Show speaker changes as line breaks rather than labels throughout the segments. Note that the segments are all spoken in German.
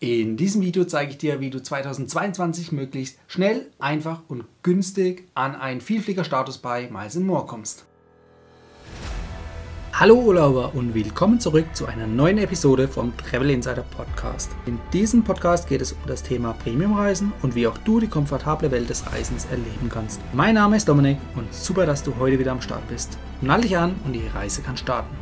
In diesem Video zeige ich dir, wie du 2022 möglichst schnell, einfach und günstig an einen Vielfliegerstatus bei Miles & More kommst. Hallo Urlauber und willkommen zurück zu einer neuen Episode vom Travel Insider Podcast. In diesem Podcast geht es um das Thema Premiumreisen und wie auch du die komfortable Welt des Reisens erleben kannst. Mein Name ist Dominik und super, dass du heute wieder am Start bist. Nall dich an und die Reise kann starten.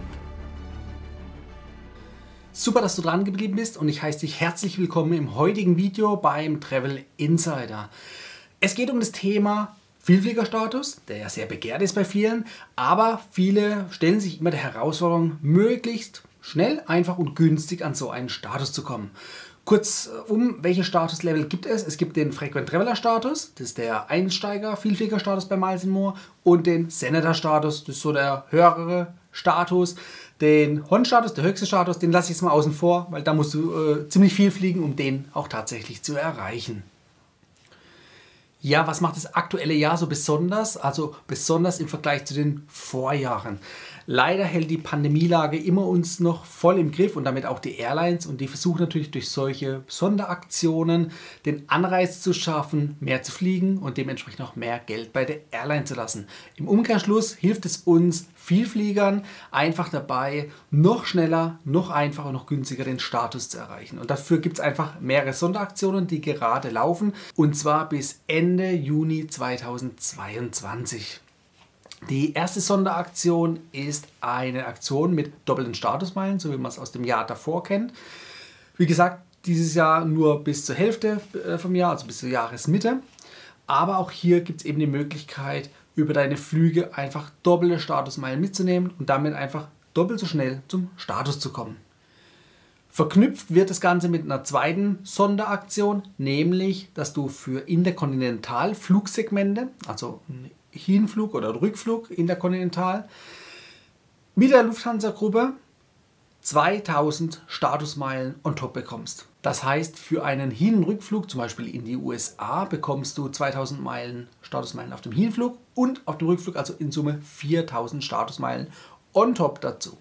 Super, dass du dran geblieben bist und ich heiße dich herzlich willkommen im heutigen Video beim Travel Insider. Es geht um das Thema Vielfliegerstatus, der ja sehr begehrt ist bei vielen, aber viele stellen sich immer der Herausforderung, möglichst schnell, einfach und günstig an so einen Status zu kommen. Kurzum, welche Statuslevel gibt es? Es gibt den Frequent Traveler Status, das ist der Einsteiger Vielfliegerstatus bei Miles & More, und den Senator Status, das ist so der höhere Status. Den Hon-Status, der höchste Status, den lasse ich jetzt mal außen vor, weil da musst du ziemlich viel fliegen, um den auch tatsächlich zu erreichen. Ja, was macht das aktuelle Jahr so besonders? Also besonders im Vergleich zu den Vorjahren. Leider hält die Pandemielage immer uns noch voll im Griff und damit auch die Airlines, und die versuchen natürlich durch solche Sonderaktionen den Anreiz zu schaffen, mehr zu fliegen und dementsprechend auch mehr Geld bei der Airline zu lassen. Im Umkehrschluss hilft es uns Vielfliegern einfach dabei, noch schneller, noch einfacher, noch günstiger den Status zu erreichen. Und dafür gibt es einfach mehrere Sonderaktionen, die gerade laufen, und zwar bis Ende Juni 2022. Die erste Sonderaktion ist eine Aktion mit doppelten Statusmeilen, so wie man es aus dem Jahr davor kennt. Wie gesagt, dieses Jahr nur bis zur Hälfte vom Jahr, also bis zur Jahresmitte. Aber auch hier gibt es eben die Möglichkeit, über deine Flüge einfach doppelte Statusmeilen mitzunehmen und damit einfach doppelt so schnell zum Status zu kommen. Verknüpft wird das Ganze mit einer zweiten Sonderaktion, nämlich, dass du für Interkontinentalflugsegmente, also Hinflug oder Rückflug interkontinental, mit der Lufthansa-Gruppe 2000 Statusmeilen on top bekommst. Das heißt, für einen Hin- und Rückflug, zum Beispiel in die USA, bekommst du 2000 Meilen Statusmeilen auf dem Hinflug und auf dem Rückflug, also in Summe 4000 Statusmeilen on top dazu.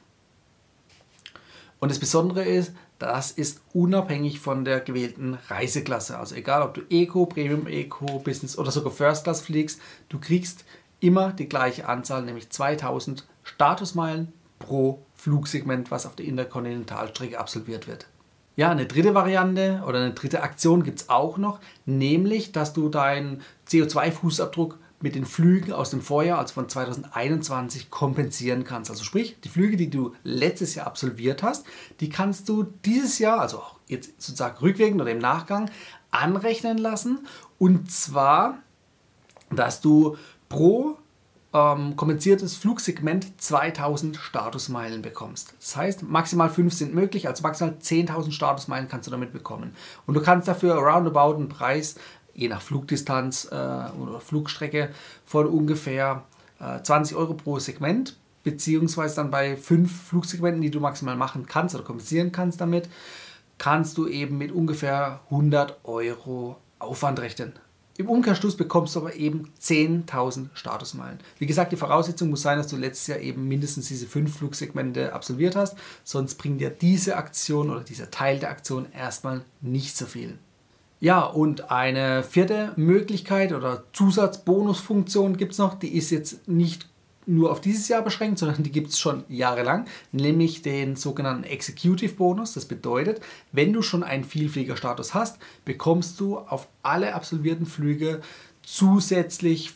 Und das Besondere ist, das ist unabhängig von der gewählten Reiseklasse. Also egal, ob du Eco, Premium Eco, Business oder sogar First Class fliegst, du kriegst immer die gleiche Anzahl, nämlich 2000 Statusmeilen pro Flugsegment, was auf der Interkontinentalstrecke absolviert wird. Ja, eine dritte Variante oder eine dritte Aktion gibt es auch noch, nämlich, dass du deinen CO2-Fußabdruck mit den Flügen aus dem Vorjahr, also von 2021, kompensieren kannst. Also sprich, die Flüge, die du letztes Jahr absolviert hast, die kannst du dieses Jahr, also auch jetzt sozusagen rückwirkend oder im Nachgang, anrechnen lassen. Und zwar, dass du pro kompensiertes Flugsegment 2000 Statusmeilen bekommst. Das heißt, maximal 5 sind möglich, also maximal 10.000 Statusmeilen kannst du damit bekommen. Und du kannst dafür roundabout einen Preis, je nach Flugdistanz oder Flugstrecke, von ungefähr 20 Euro pro Segment, beziehungsweise dann bei 5 Flugsegmenten, die du maximal machen kannst oder kompensieren kannst damit, kannst du eben mit ungefähr 100 Euro Aufwand rechnen. Im Umkehrschluss bekommst du aber eben 10.000 Statusmeilen. Wie gesagt, die Voraussetzung muss sein, dass du letztes Jahr eben mindestens diese 5 Flugsegmente absolviert hast, sonst bringt dir diese Aktion oder dieser Teil der Aktion erstmal nicht so viel. Ja, und eine vierte Möglichkeit oder Zusatzbonusfunktion gibt es noch, die ist jetzt nicht nur auf dieses Jahr beschränkt, sondern die gibt es schon jahrelang, nämlich den sogenannten Executive Bonus. Das bedeutet, wenn du schon einen Vielfliegerstatus hast, bekommst du auf alle absolvierten Flüge zusätzlich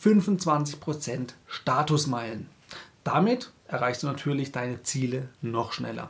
25% Statusmeilen. Damit erreichst du natürlich deine Ziele noch schneller.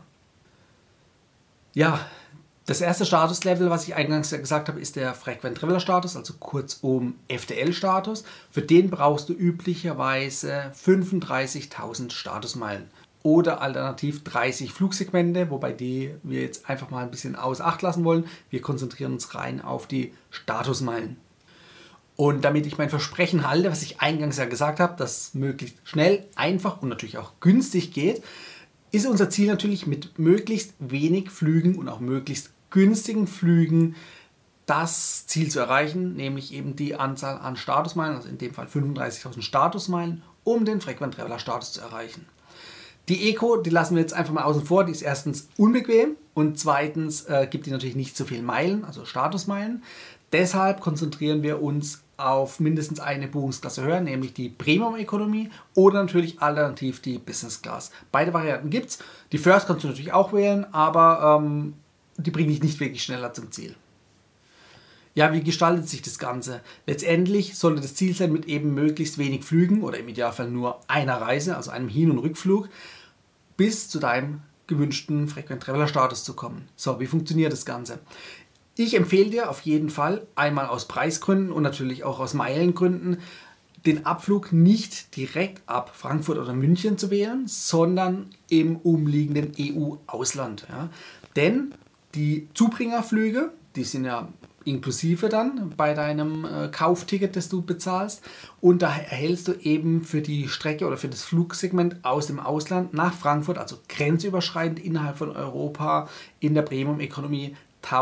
Ja, das erste Statuslevel, was ich eingangs gesagt habe, ist der Frequent Traveler Status, also kurzum FTL-Status. Für den brauchst du üblicherweise 35.000 Statusmeilen oder alternativ 30 Flugsegmente, wobei die wir jetzt einfach mal ein bisschen außer Acht lassen wollen. Wir konzentrieren uns rein auf die Statusmeilen. Und damit ich mein Versprechen halte, was ich eingangs ja gesagt habe, dass es möglichst schnell, einfach und natürlich auch günstig geht, ist unser Ziel natürlich, mit möglichst wenig Flügen und auch möglichst günstigen Flügen das Ziel zu erreichen, nämlich eben die Anzahl an Statusmeilen, also in dem Fall 35.000 Statusmeilen, um den Frequent Traveler Status zu erreichen. Die Eco, die lassen wir jetzt einfach mal außen vor, die ist erstens unbequem, und zweitens gibt die natürlich nicht so viel Meilen, also Statusmeilen. Deshalb konzentrieren wir uns auf mindestens eine Buchungsklasse höher, nämlich die Premium Economy oder natürlich alternativ die Business Class. Beide Varianten gibt es. Die First kannst du natürlich auch wählen, aber die bringen dich nicht wirklich schneller zum Ziel. Ja, wie gestaltet sich das Ganze? Letztendlich sollte das Ziel sein, mit eben möglichst wenig Flügen oder im Idealfall nur einer Reise, also einem Hin- und Rückflug, bis zu deinem gewünschten Frequent Traveler Status zu kommen. So, wie funktioniert das Ganze? Ich empfehle dir auf jeden Fall, einmal aus Preisgründen und natürlich auch aus Meilengründen, den Abflug nicht direkt ab Frankfurt oder München zu wählen, sondern im umliegenden EU-Ausland. Ja? Denn die Zubringerflüge, die sind ja inklusive dann bei deinem Kaufticket, das du bezahlst. Und da erhältst du eben für die Strecke oder für das Flugsegment aus dem Ausland nach Frankfurt, also grenzüberschreitend innerhalb von Europa in der Premium Economy,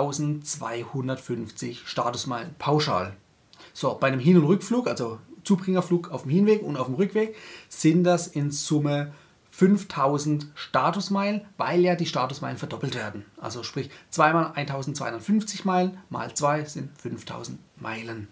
1250 Statusmeilen pauschal. So, bei einem Hin- und Rückflug, also Zubringerflug auf dem Hinweg und auf dem Rückweg, sind das in Summe 5000 Statusmeilen, weil ja die Statusmeilen verdoppelt werden. Also sprich, 2 mal 1250 Meilen mal 2 sind 5000 Meilen.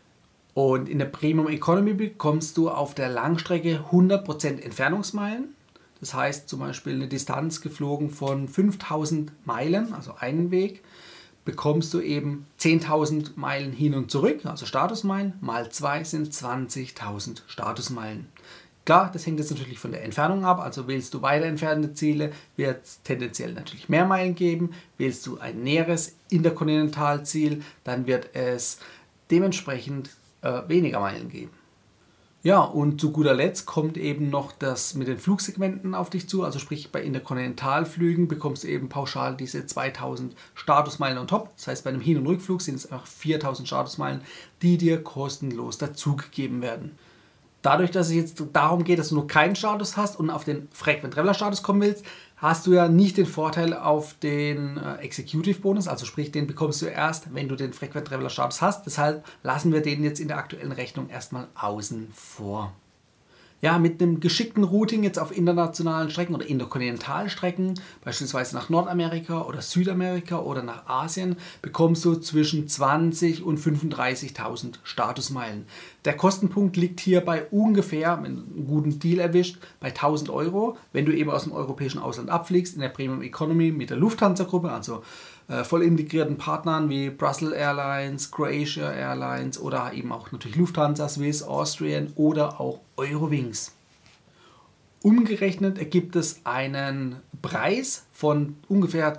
Und in der Premium Economy bekommst du auf der Langstrecke 100% Entfernungsmeilen. Das heißt zum Beispiel eine Distanz geflogen von 5000 Meilen, also einen Weg, bekommst du eben 10.000 Meilen hin und zurück, also Statusmeilen, mal 2 sind 20.000 Statusmeilen. Klar, das hängt jetzt natürlich von der Entfernung ab, also wählst du weiter entfernte Ziele, wird es tendenziell natürlich mehr Meilen geben. Wählst du ein näheres Interkontinentalziel, dann wird es dementsprechend weniger Meilen geben. Ja, und zu guter Letzt kommt eben noch das mit den Flugsegmenten auf dich zu. Also sprich, bei Interkontinentalflügen bekommst du eben pauschal diese 2000 Statusmeilen on top. Das heißt, bei einem Hin- und Rückflug sind es einfach 4000 Statusmeilen, die dir kostenlos dazugegeben werden. Dadurch, dass es jetzt darum geht, dass du noch keinen Status hast und auf den Frequent Traveler Status kommen willst, hast du ja nicht den Vorteil auf den Executive Bonus, also sprich, den bekommst du erst, wenn du den Frequent Traveler Status hast. Deshalb lassen wir den jetzt in der aktuellen Rechnung erstmal außen vor. Ja, mit einem geschickten Routing jetzt auf internationalen Strecken oder Interkontinentalstrecken, beispielsweise nach Nordamerika oder Südamerika oder nach Asien, bekommst du zwischen 20.000 und 35.000 Statusmeilen. Der Kostenpunkt liegt hier bei ungefähr, wenn du einen guten Deal erwischt, bei 1.000 Euro, wenn du eben aus dem europäischen Ausland abfliegst, in der Premium Economy mit der Lufthansa-Gruppe, also voll integrierten Partnern wie Brussels Airlines, Croatia Airlines oder eben auch natürlich Lufthansa, Swiss, Austrian oder auch Eurowings. Umgerechnet ergibt es einen Preis von ungefähr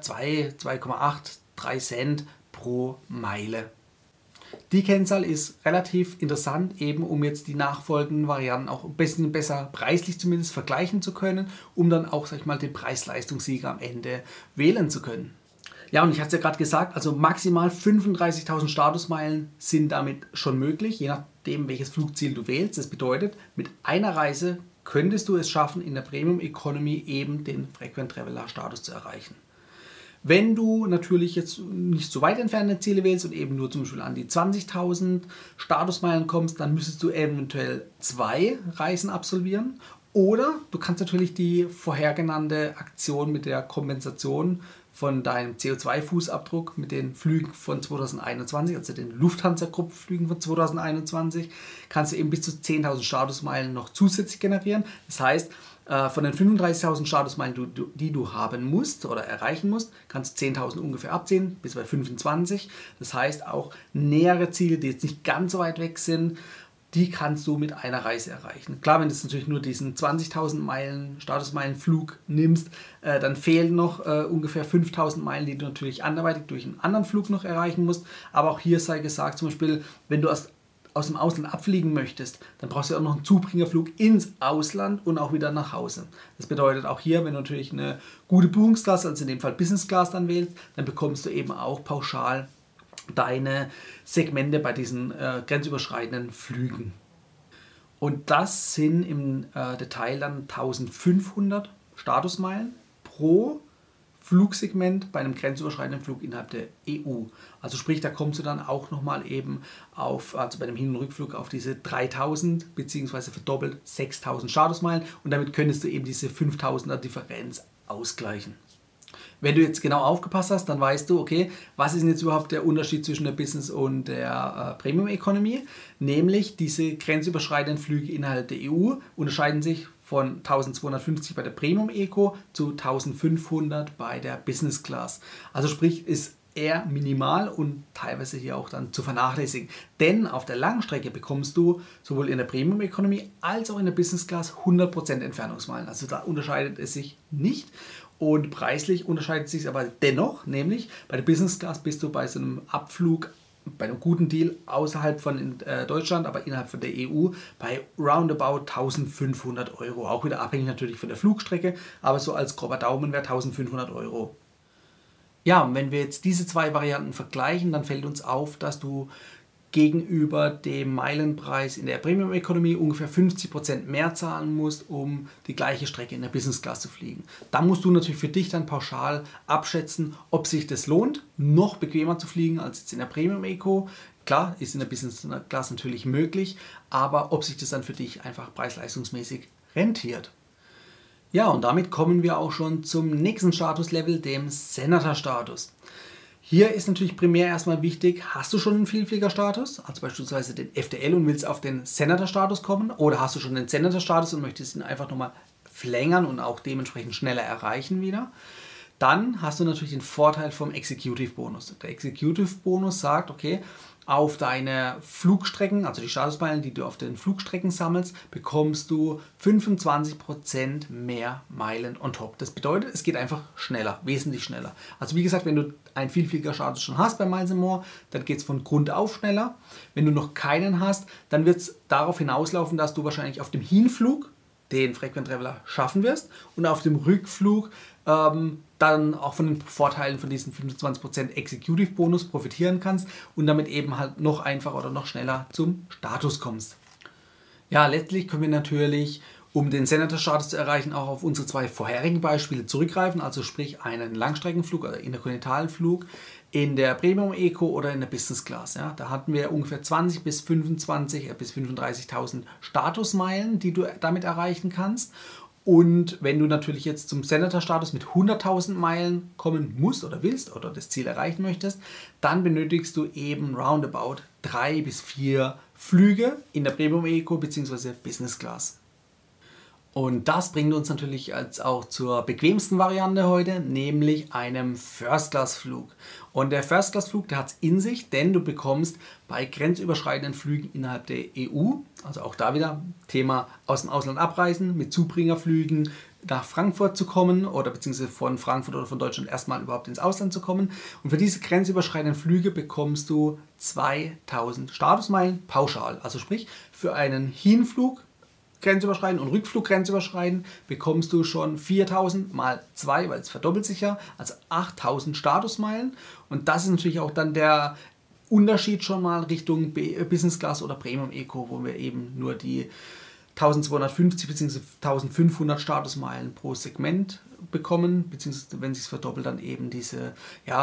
2,8, 3 Cent pro Meile. Die Kennzahl ist relativ interessant, eben um jetzt die nachfolgenden Varianten auch ein bisschen besser preislich zumindest vergleichen zu können, um dann auch, sag ich mal, den Preis-Leistungssieger am Ende wählen zu können. Ja, und ich hatte es ja gerade gesagt, also maximal 35.000 Statusmeilen sind damit schon möglich, je nachdem, welches Flugziel du wählst. Das bedeutet, mit einer Reise könntest du es schaffen, in der Premium Economy eben den Frequent Traveler Status zu erreichen. Wenn du natürlich jetzt nicht so weit entfernte Ziele wählst und eben nur zum Beispiel an die 20.000 Statusmeilen kommst, dann müsstest du eventuell 2 Reisen absolvieren. Oder du kannst natürlich die vorher genannte Aktion mit der Kompensation von deinem CO2-Fußabdruck mit den Flügen von 2021, also den Lufthansa-Gruppenflügen von 2021, kannst du eben bis zu 10.000 Statusmeilen noch zusätzlich generieren. Das heißt, von den 35.000 Statusmeilen, die du haben musst oder erreichen musst, kannst du 10.000 ungefähr abziehen, bis bei 25. Das heißt, auch nähere Ziele, die jetzt nicht ganz so weit weg sind, die kannst du mit einer Reise erreichen. Klar, wenn du jetzt natürlich nur diesen 20.000 Meilen Statusmeilenflug nimmst, dann fehlen noch ungefähr 5.000 Meilen, die du natürlich anderweitig durch einen anderen Flug noch erreichen musst. Aber auch hier sei gesagt, zum Beispiel, wenn du aus dem Ausland abfliegen möchtest, dann brauchst du auch noch einen Zubringerflug ins Ausland und auch wieder nach Hause. Das bedeutet auch hier, wenn du natürlich eine gute Buchungsklasse, also in dem Fall Business Class dann wählst, dann bekommst du eben auch pauschal deine Segmente bei diesen grenzüberschreitenden Flügen. Und das sind im Detail dann 1500 Statusmeilen pro Flugsegment bei einem grenzüberschreitenden Flug innerhalb der EU. Also sprich, da kommst du dann auch nochmal eben auf, also bei dem Hin- und Rückflug auf diese 3000 bzw. verdoppelt 6000 Statusmeilen und damit könntest du eben diese 5000er Differenz ausgleichen. Wenn du jetzt genau aufgepasst hast, dann weißt du, okay, was ist denn jetzt überhaupt der Unterschied zwischen der Business und der Premium Economy? Nämlich diese grenzüberschreitenden Flüge innerhalb der EU unterscheiden sich von 1250 bei der Premium Eco zu 1500 bei der Business Class. Also sprich, ist eher minimal und teilweise hier auch dann zu vernachlässigen. Denn auf der Langstrecke bekommst du sowohl in der Premium Economy als auch in der Business Class 100% Entfernungsmeilen. Also da unterscheidet es sich nicht. Und preislich unterscheidet es sich aber dennoch, nämlich bei der Business Class bist du bei so einem Abflug, bei einem guten Deal außerhalb von Deutschland, aber innerhalb von der EU bei roundabout 1500 Euro. Auch wieder abhängig natürlich von der Flugstrecke, aber so als grober Daumenwert 1500 Euro. Ja, und wenn wir jetzt diese zwei Varianten vergleichen, dann fällt uns auf, dass du gegenüber dem Meilenpreis in der Premium Economy ungefähr 50% mehr zahlen musst, um die gleiche Strecke in der Business Class zu fliegen. Da musst du natürlich für dich dann pauschal abschätzen, ob sich das lohnt, noch bequemer zu fliegen als jetzt in der Premium Eco. Klar, ist in der Business Class natürlich möglich, aber ob sich das dann für dich einfach preis-leistungsmäßig rentiert. Ja, und damit kommen wir auch schon zum nächsten Statuslevel, dem Senator-Status. Hier ist natürlich primär erstmal wichtig, hast du schon einen Vielfliegerstatus, also beispielsweise den FDL und willst auf den Senator-Status kommen, oder hast du schon den Senator-Status und möchtest ihn einfach nochmal verlängern und auch dementsprechend schneller erreichen wieder. Dann hast du natürlich den Vorteil vom Executive-Bonus. Der Executive-Bonus sagt, okay, auf deine Flugstrecken, also die Statusmeilen, die du auf den Flugstrecken sammelst, bekommst du 25% mehr Meilen on top. Das bedeutet, es geht einfach schneller, wesentlich schneller. Also wie gesagt, wenn du einen Vielfliegerstatus schon hast bei Miles & More, dann geht es von Grund auf schneller. Wenn du noch keinen hast, dann wird es darauf hinauslaufen, dass du wahrscheinlich auf dem Hinflug den Frequent Traveler schaffen wirst und auf dem Rückflug dann auch von den Vorteilen von diesen 25% Executive Bonus profitieren kannst und damit eben halt noch einfacher oder noch schneller zum Status kommst. Ja, letztlich können wir natürlich, um den Senator-Status zu erreichen, auch auf unsere zwei vorherigen Beispiele zurückgreifen, also sprich einen Langstreckenflug oder interkontinentalen Flug in der Premium Eco oder in der Business Class. Ja, da hatten wir ungefähr 20 bis 25 bis 35.000 Statusmeilen, die du damit erreichen kannst. Und wenn du natürlich jetzt zum Senator-Status mit 100.000 Meilen kommen musst oder willst oder das Ziel erreichen möchtest, dann benötigst du eben roundabout 3 bis 4 Flüge in der Premium Eco bzw. Business Class. Und das bringt uns natürlich jetzt auch zur bequemsten Variante heute, nämlich einem First-Class-Flug. Und der First-Class-Flug, der hat es in sich, denn du bekommst bei grenzüberschreitenden Flügen innerhalb der EU, also auch da wieder Thema aus dem Ausland abreisen, mit Zubringerflügen nach Frankfurt zu kommen oder beziehungsweise von Frankfurt oder von Deutschland erstmal überhaupt ins Ausland zu kommen. Und für diese grenzüberschreitenden Flüge bekommst du 2000 Statusmeilen pauschal. Also sprich, für einen Hinflug grenzüberschreitend und Rückflug grenzüberschreitend bekommst du schon 4000 mal 2, weil es verdoppelt sich ja, also 8000 Statusmeilen. Und das ist natürlich auch dann der Unterschied schon mal Richtung Business Class oder Premium Eco, wo wir eben nur die 1250 bzw. 1500 Statusmeilen pro Segment bekommen, beziehungsweise wenn sich es verdoppelt, dann eben diese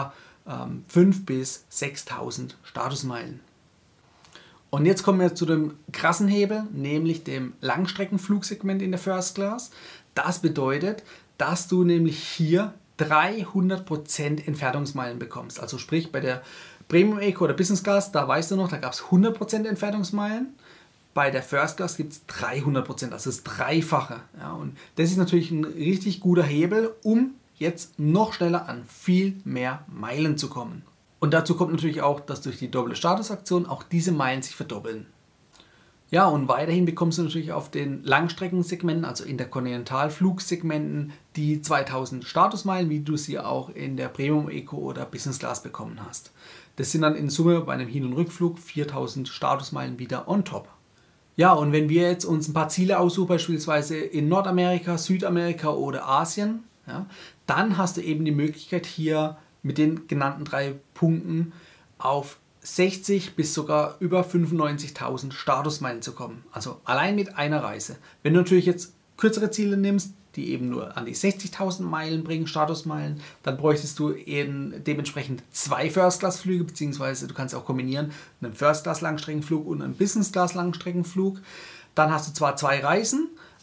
5 bis 6000 Statusmeilen. Und jetzt kommen wir zu dem krassen Hebel, nämlich dem Langstreckenflugsegment in der First Class. Das bedeutet, dass du nämlich hier 300% Entfernungsmeilen bekommst. Also sprich bei der Premium Eco oder Business Class, da weißt du noch, da gab es 100% Entfernungsmeilen. Bei der First Class gibt es 300%, also das Dreifache. Ja, und das ist natürlich ein richtig guter Hebel, um jetzt noch schneller an viel mehr Meilen zu kommen. Und dazu kommt natürlich auch, dass durch die doppelte Statusaktion auch diese Meilen sich verdoppeln. Ja, und weiterhin bekommst du natürlich auf den Langstreckensegmenten, also Interkontinentalflugsegmenten, die 2000 Statusmeilen, wie du sie auch in der Premium Eco oder Business Class bekommen hast. Das sind dann in Summe bei einem Hin- und Rückflug 4000 Statusmeilen wieder on top. Ja, und wenn wir jetzt uns ein paar Ziele aussuchen, beispielsweise in Nordamerika, Südamerika oder Asien, ja, dann hast du eben die Möglichkeit hier mit den genannten 3 Punkten auf 60 bis sogar über 95.000 Statusmeilen zu kommen. Also allein mit einer Reise. Wenn du natürlich jetzt kürzere Ziele nimmst, die eben nur an die 60.000 Meilen bringen, Statusmeilen, dann bräuchtest du eben dementsprechend 2 First-Class-Flüge, beziehungsweise du kannst auch kombinieren, einen First-Class-Langstreckenflug und einen Business-Class-Langstreckenflug. Dann hast du zwar 2 Reisen,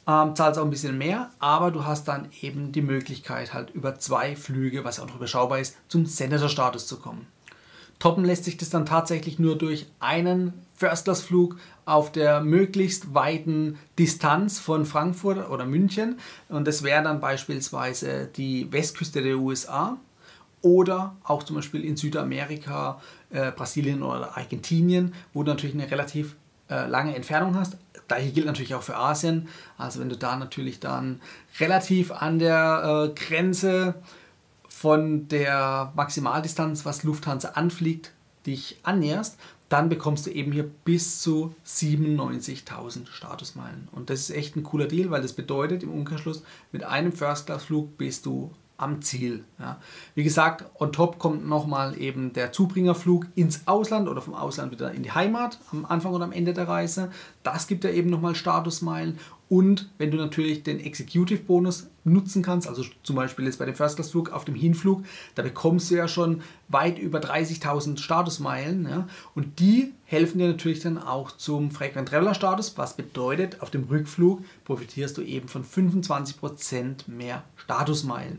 zahlst auch ein bisschen mehr, aber du hast dann eben die Möglichkeit, halt über 2 Flüge, was auch noch überschaubar ist, zum Senator-Status zu kommen. Toppen lässt sich das dann tatsächlich nur durch einen First-Class-Flug auf der möglichst weiten Distanz von Frankfurt oder München. Und das wäre dann beispielsweise die Westküste der USA oder auch zum Beispiel in Südamerika, Brasilien oder Argentinien, wo du natürlich eine relativ lange Entfernung hast. Gleiche gilt natürlich auch für Asien. Also wenn du da natürlich dann relativ an der Grenze von der Maximaldistanz, was Lufthansa anfliegt, dich annäherst, dann bekommst du eben hier bis zu 97.000 Statusmeilen. Und das ist echt ein cooler Deal, weil das bedeutet im Umkehrschluss, mit einem First-Class-Flug bist du am Ziel. Ja. Wie gesagt, on top kommt nochmal eben der Zubringerflug ins Ausland oder vom Ausland wieder in die Heimat am Anfang oder am Ende der Reise. Das gibt ja eben nochmal Statusmeilen. Und wenn du natürlich den Executive-Bonus nutzen kannst, also zum Beispiel jetzt bei dem First-Class-Flug auf dem Hinflug, da bekommst du ja schon weit über 30.000 Statusmeilen. Ja, und die helfen dir natürlich dann auch zum Frequent Traveler-Status, was bedeutet, auf dem Rückflug profitierst du eben von 25% mehr Statusmeilen.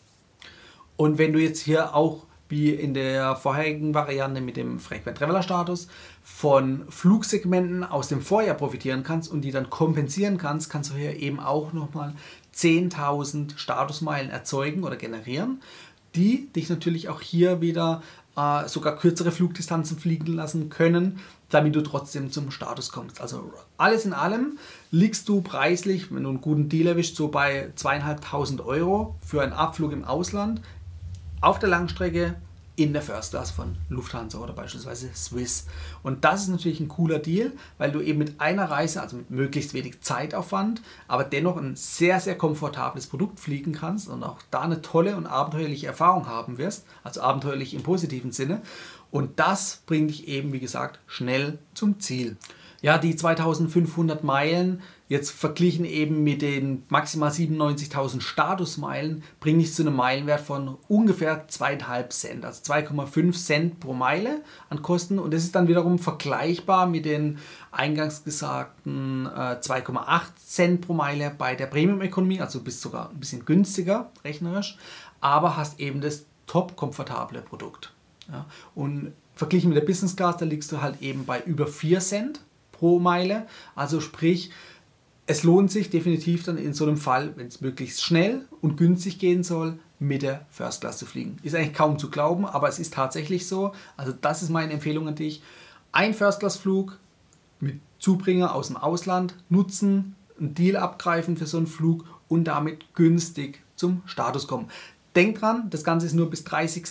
Und wenn du jetzt hier auch wie in der vorherigen Variante mit dem Frequent Traveler Status von Flugsegmenten aus dem Vorjahr profitieren kannst und die dann kompensieren kannst, kannst du hier eben auch nochmal 10.000 Statusmeilen erzeugen oder generieren, die dich natürlich auch hier wieder sogar kürzere Flugdistanzen fliegen lassen können, damit du trotzdem zum Status kommst. Also alles in allem liegst du preislich, wenn du einen guten Deal erwischst, so bei 2.500 € für einen Abflug im Ausland auf der Langstrecke in der First Class von Lufthansa oder beispielsweise Swiss. Und das ist natürlich ein cooler Deal, weil du eben mit einer Reise, also mit möglichst wenig Zeitaufwand, aber dennoch ein sehr, sehr komfortables Produkt fliegen kannst und auch da eine tolle und abenteuerliche Erfahrung haben wirst, also abenteuerlich im positiven Sinne. Und das bringt dich eben, wie gesagt, schnell zum Ziel. Ja, die 2.500 Meilen, jetzt verglichen eben mit den maximal 97.000 Statusmeilen, bringen dich zu einem Meilenwert von ungefähr 2,5 Cent, also 2,5 Cent pro Meile an Kosten. Und das ist dann wiederum vergleichbar mit den eingangs gesagten 2,8 Cent pro Meile bei der Premium-Ökonomie, also bist sogar ein bisschen günstiger rechnerisch, aber hast eben das top komfortable Produkt. Ja, und verglichen mit der Business Class, da liegst du halt eben bei über 4 Cent pro Meile. Also sprich, es lohnt sich definitiv dann in so einem Fall, wenn es möglichst schnell und günstig gehen soll, mit der First Class zu fliegen. Ist eigentlich kaum zu glauben, aber es ist tatsächlich so. Also das ist meine Empfehlung an dich. Ein First Class Flug mit Zubringer aus dem Ausland nutzen, einen Deal abgreifen für so einen Flug und damit günstig zum Status kommen. Denk dran, das Ganze ist nur bis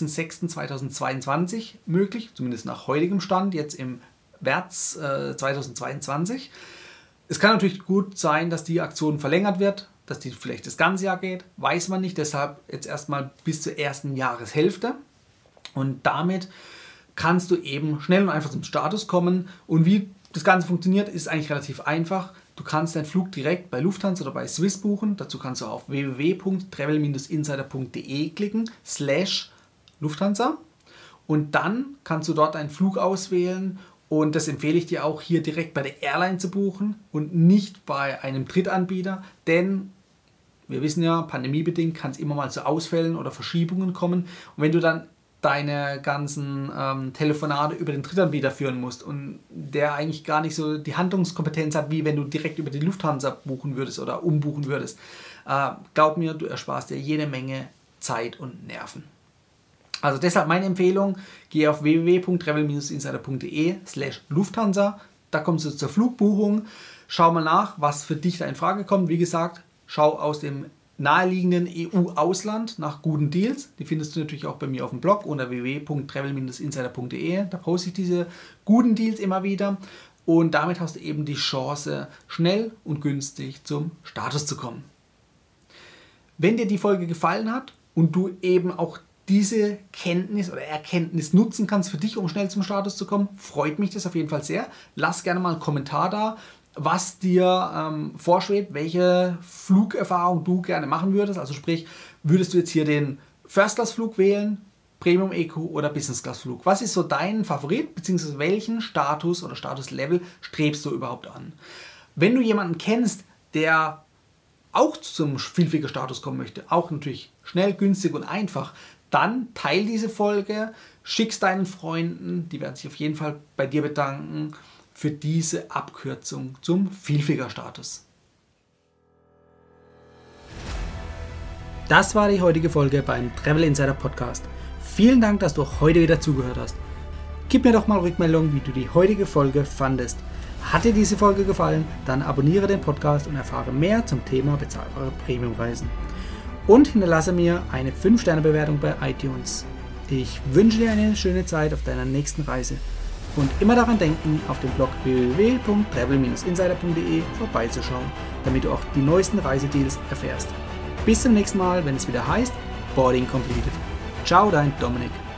30.06.2022 möglich, zumindest nach heutigem Stand, jetzt im März 2022. Es kann natürlich gut sein, dass die Aktion verlängert wird, dass die vielleicht das ganze Jahr geht, weiß man nicht, deshalb jetzt erstmal bis zur ersten Jahreshälfte und damit kannst du eben schnell und einfach zum Status kommen. Und wie das Ganze funktioniert, ist eigentlich relativ einfach. Du kannst deinen Flug direkt bei Lufthansa oder bei Swiss buchen. Dazu kannst du auf www.travel-insider.de klicken /Lufthansa und dann kannst du dort einen Flug auswählen. Und das empfehle ich dir auch, hier direkt bei der Airline zu buchen und nicht bei einem Drittanbieter, denn wir wissen ja, pandemiebedingt kann es immer mal zu Ausfällen oder Verschiebungen kommen. Und wenn du dann deine ganzen Telefonate über den Drittanbieter führen musst und der eigentlich gar nicht so die Handlungskompetenz hat, wie wenn du direkt über die Lufthansa buchen würdest oder umbuchen würdest, glaub mir, du ersparst dir jede Menge Zeit und Nerven. Also deshalb meine Empfehlung, geh auf www.travel-insider.de /Lufthansa, da kommst du zur Flugbuchung, schau mal nach, was für dich da in Frage kommt. Wie gesagt, schau aus dem naheliegenden EU-Ausland nach guten Deals. Die findest du natürlich auch bei mir auf dem Blog unter www.travel-insider.de. Da poste ich diese guten Deals immer wieder und damit hast du eben die Chance, schnell und günstig zum Status zu kommen. Wenn dir die Folge gefallen hat und du eben auch diese Kenntnis oder Erkenntnis nutzen kannst für dich, um schnell zum Status zu kommen, freut mich das auf jeden Fall sehr. Lass gerne mal einen Kommentar da, was dir vorschwebt, welche Flugerfahrung du gerne machen würdest. Also sprich, würdest du jetzt hier den First-Class-Flug wählen, Premium Eco oder Business-Class-Flug? Was ist so dein Favorit, beziehungsweise welchen Status oder Status-Level strebst du überhaupt an? Wenn du jemanden kennst, der auch zum Vielfliegerstatus kommen möchte, auch natürlich schnell, günstig und einfach, dann teile diese Folge, schick's deinen Freunden, die werden sich auf jeden Fall bei dir bedanken für diese Abkürzung zum Vielfliegerstatus. Das war die heutige Folge beim Travel Insider Podcast. Vielen Dank, dass du heute wieder zugehört hast. Gib mir doch mal Rückmeldung, wie du die heutige Folge fandest. Hat dir diese Folge gefallen, dann abonniere den Podcast und erfahre mehr zum Thema bezahlbare Premiumreisen. Und hinterlasse mir eine 5-Sterne-Bewertung bei iTunes. Ich wünsche dir eine schöne Zeit auf deiner nächsten Reise. Und immer daran denken, auf dem Blog www.travel-insider.de vorbeizuschauen, damit du auch die neuesten Reisedeals erfährst. Bis zum nächsten Mal, wenn es wieder heißt Boarding Completed. Ciao, dein Dominik.